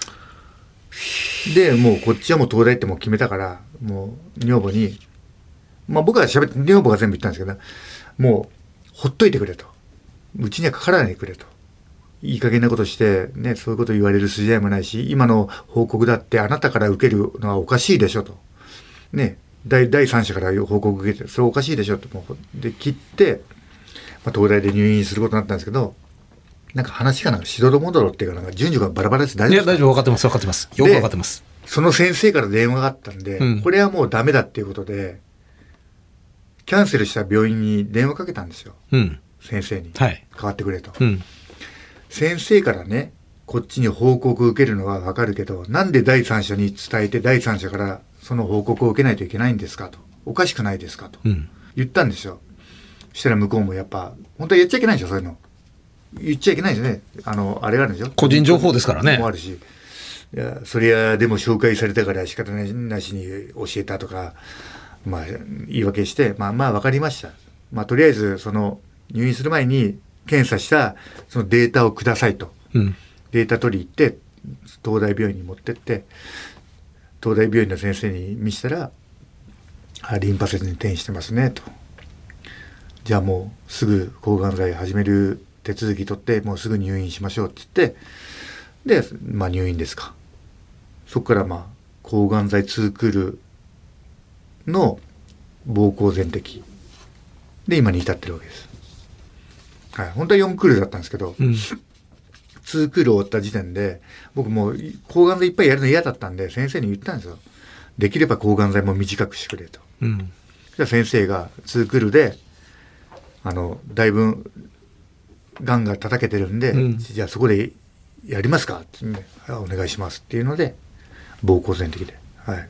でもうこっちはもう東大ってもう決めたからもう女房にまあ僕は喋って女房が全部言ったんですけどもうほっといてくれとうちにはかからないでくれといい加減なことしてねそういうこと言われる筋合いもないし今の報告だってあなたから受けるのはおかしいでしょとね第, 第三者から報告受けてそれおかしいでしょともうで切って、まあ、東大で入院することになったんですけどなんか話がなんかしどろもどろっていうかなんか順序がバラバラです大丈夫ですか。 いや大丈夫分かってます分かってますよく分かってます。 その先生から電話があったんで、うん、これはもうダメだっていうことでキャンセルした病院に電話かけたんですよ、うん、先生に、はい、代わってくれと、うん、先生からねこっちに報告を受けるのは分かるけどなんで第三者に伝えて第三者からその報告を受けないといけないんですかとおかしくないですかと、うん、言ったんですよ。そしたら向こうもやっぱ本当は言っちゃいけないんですよそういうの言っちゃいけないですねあのあれがあるんですよ個人情報ですからねもあるしいやそれはでも紹介されたから仕方なしに教えたとかまあ言い訳してまあまあ分かりました、まあ、とりあえずその入院する前に検査したそのデータをくださいと、うん、データ取り行って東大病院に持ってって東大病院の先生に見せたらあリンパ節に転移してますねとじゃあもうすぐ抗がん剤始める手続き取ってもうすぐ入院しましょうって言ってで、まあ、入院ですか。そこからまあ抗がん剤にクールの膀胱全摘で今に至ってるわけです、はい、本当はよんクールだったんですけど、うん、にクール終わった時点で僕もう抗がん剤いっぱいやるの嫌だったんで先生に言ったんですよ。できれば抗がん剤も短くしてくれと、うん、じゃあ先生がにクールであのだいぶがんが叩けてるんで、うん、じゃあそこでやりますかって、ね、お願いしますっていうので膀胱全摘ではい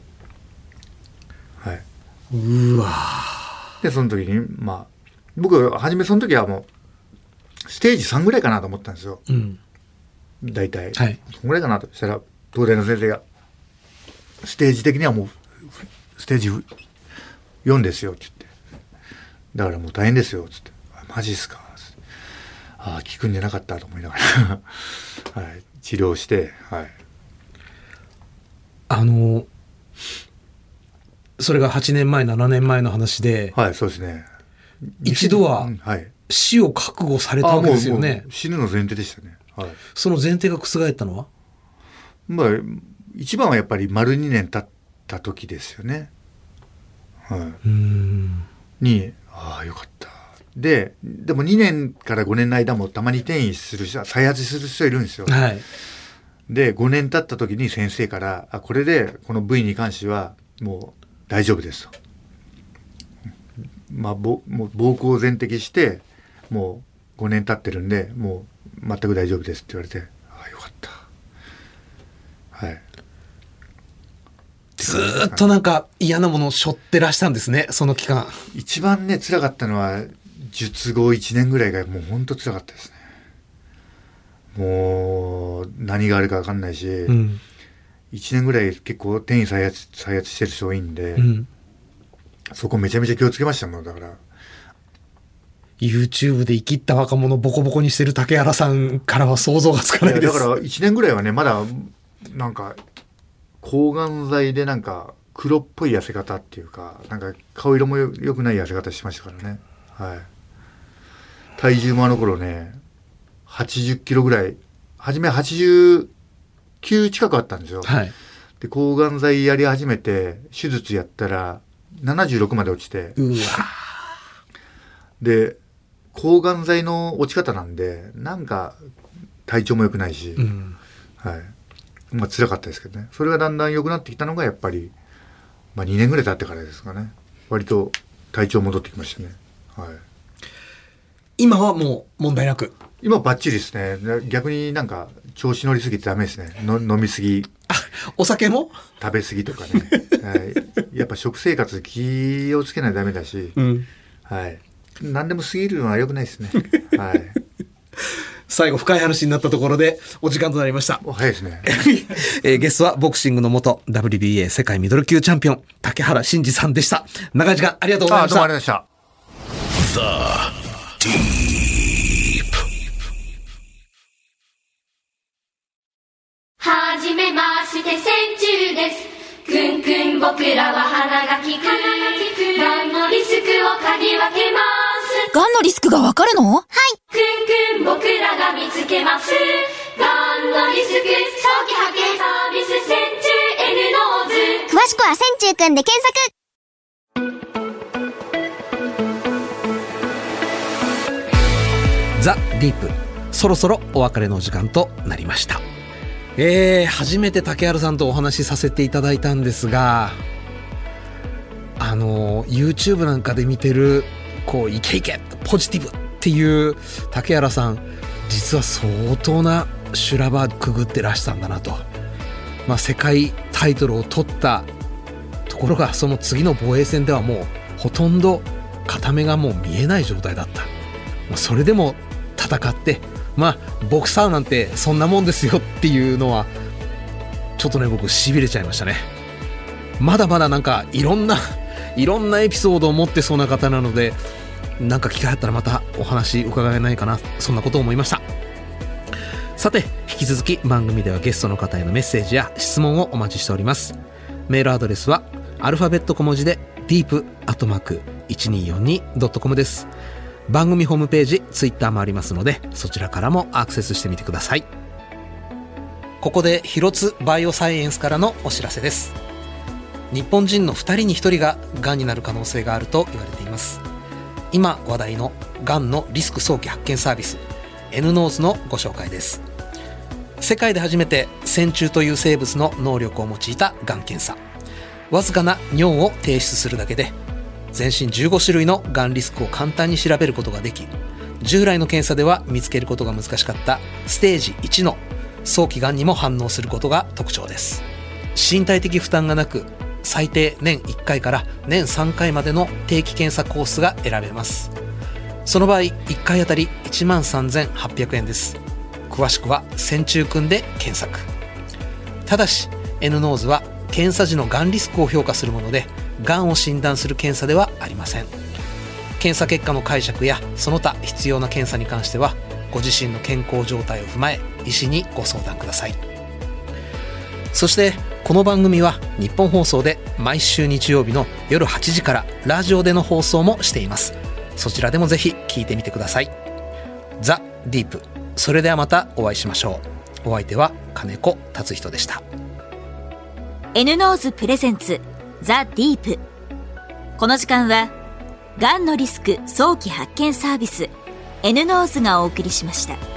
はいうわでその時にまあ僕初めその時はもうステージさんぐらいかなと思ったんですよ、うん、大体、はい、そんぐらいかなとしたら東大の先生がステージ的にはもうステージよんですよって言ってだからもう大変ですよって言ってマジっすかああ聞くんじゃなかったと思いながら、はい、治療して、はい、 あのそれがはちねんまえななねんまえの話で、 はいそうですね一度は死を覚悟されたわけですよね、 もうもう死ぬの前提でしたね、はい、 その前提が覆ったのはまあ一番はやっぱり丸にねん経った時ですよね、はい、うーんにああよかったででもにねんからごねんの間もたまに転移する人再発する人いるんですよ、はい、でごねん経った時に先生からあこれでこの部位に関してはもう大丈夫ですと、まあ、ぼもう膀胱全摘してもうごねん経ってるんでもう全く大丈夫ですって言われてああよかったはいずーっとなんか嫌なものを背負ってらしたんですねその期間。 一番ね辛かったのは術後いちねんぐらいがもうほんと辛かったですね。もう何があるか分かんないし、うん、いちねんぐらい結構転移再発再発してる人多いんで、うん、そこめちゃめちゃ気をつけましたもん。だから YouTube で生きった若者ボコボコにしてる竹原さんからは想像がつかないです。 だからいちねんぐらいはねまだなんか抗がん剤でなんか黒っぽい痩せ方っていうかなんか顔色もよ良くない痩せ方しましたからね、はい、体重もあの頃ねはちじゅっキロぐらい初めはちじゅうきゅう近くあったんですよ、はい、 で抗がん剤やり始めて手術やったらななじゅうろくまで落ちて、 うわで抗がん剤の落ち方なんでなんか体調も良くないし、 うんはい、まあ辛かったですけどね。それがだんだん良くなってきたのがやっぱり、まあ、にねんぐらい経ってからですかね。割と体調戻ってきましたね。はい、 今はもう問題なく。 今バッチリですね。逆になんか調子乗りすぎてダメですね。の飲みすぎ、 あ、お酒も食べ過ぎとかね、はい、やっぱ食生活気をつけないとダメだし、 うん、 はい、何でも過ぎるのは良くないですね。はい、 最後深い話になったところでお時間となりました。 お早いですね。 えー、ゲストはボクシングの元 ダブリュービーエー 世界ミドル級チャンピオン竹原慎二さんでした。長い時間ありがとうございました。 あ、どうもありがとうございました。The Deep。 はじめまして千中です。くんくん僕らは鼻が利く。がんのリスクを嗅ぎ分けます。 がんのリスクがわかるの？はい。 くんくん僕らが見つけます。がんのリスク早期発見サービス千中 N ノーズ。 詳しくは千中くんで検索。 ザ・ディープ、そろそろお別れの時間となりました。えー、初めて竹原さんとお話しさせていただいたんですが、あの YouTube なんかで見てるこうイケイケポジティブっていう竹原さん、実は相当な修羅場くぐってらしたんだなと。まあ世界タイトルを取ったところが、その次の防衛戦ではもうほとんど片目がもう見えない状態だった。それでも戦って、まあボクサーなんてそんなもんですよっていうのはちょっとね、僕しびれちゃいましたね。まだまだなんかいろんないろんなエピソードを持ってそうな方なので、なんか機会あったらまたお話伺えないかな、そんなことを思いました。さて引き続き番組ではゲストの方へのメッセージや質問をお待ちしております。メールアドレスはアルファベット小文字で ディープ アットマーク いちにーよんに ドットコム です。番組ホームページ、ツイッターもありますので、そちらからもアクセスしてみてください。ここで広津バイオサイエンスからのお知らせです。日本人のふたりにひとりががんになる可能性があると言われています。今話題のがんのリスク早期発見サービス N ノーズのご紹介です。世界で初めて線虫という生物の能力を用いたがん検査。わずかな尿を提出するだけで全身じゅうごしゅるいのがんリスクを簡単に調べることができ、従来の検査では見つけることが難しかったステージいちの早期がんにも反応することが特徴です。身体的負担がなく、最低年いっかいから年さんかいまでの定期検査コースが選べます。その場合いっかいあたりいちまんさんぜんはっぴゃくえんです。詳しくは線虫くんで検索。ただし N ノーズは検査時のがんリスクを評価するもので、がんを診断する検査ではありません。検査結果の解釈やその他必要な検査に関しては、ご自身の健康状態を踏まえ医師にご相談ください。そしてこの番組は日本放送で毎週日曜日の夜はちじからラジオでの放送もしています。そちらでもぜひ聞いてみてください。ザ・ディープ、それではまたお会いしましょう。お相手は金子達人でした。 N ノーズプレゼンツザ・ディープ。この時間はがんのリスク早期発見サービス N ノーズがお送りしました。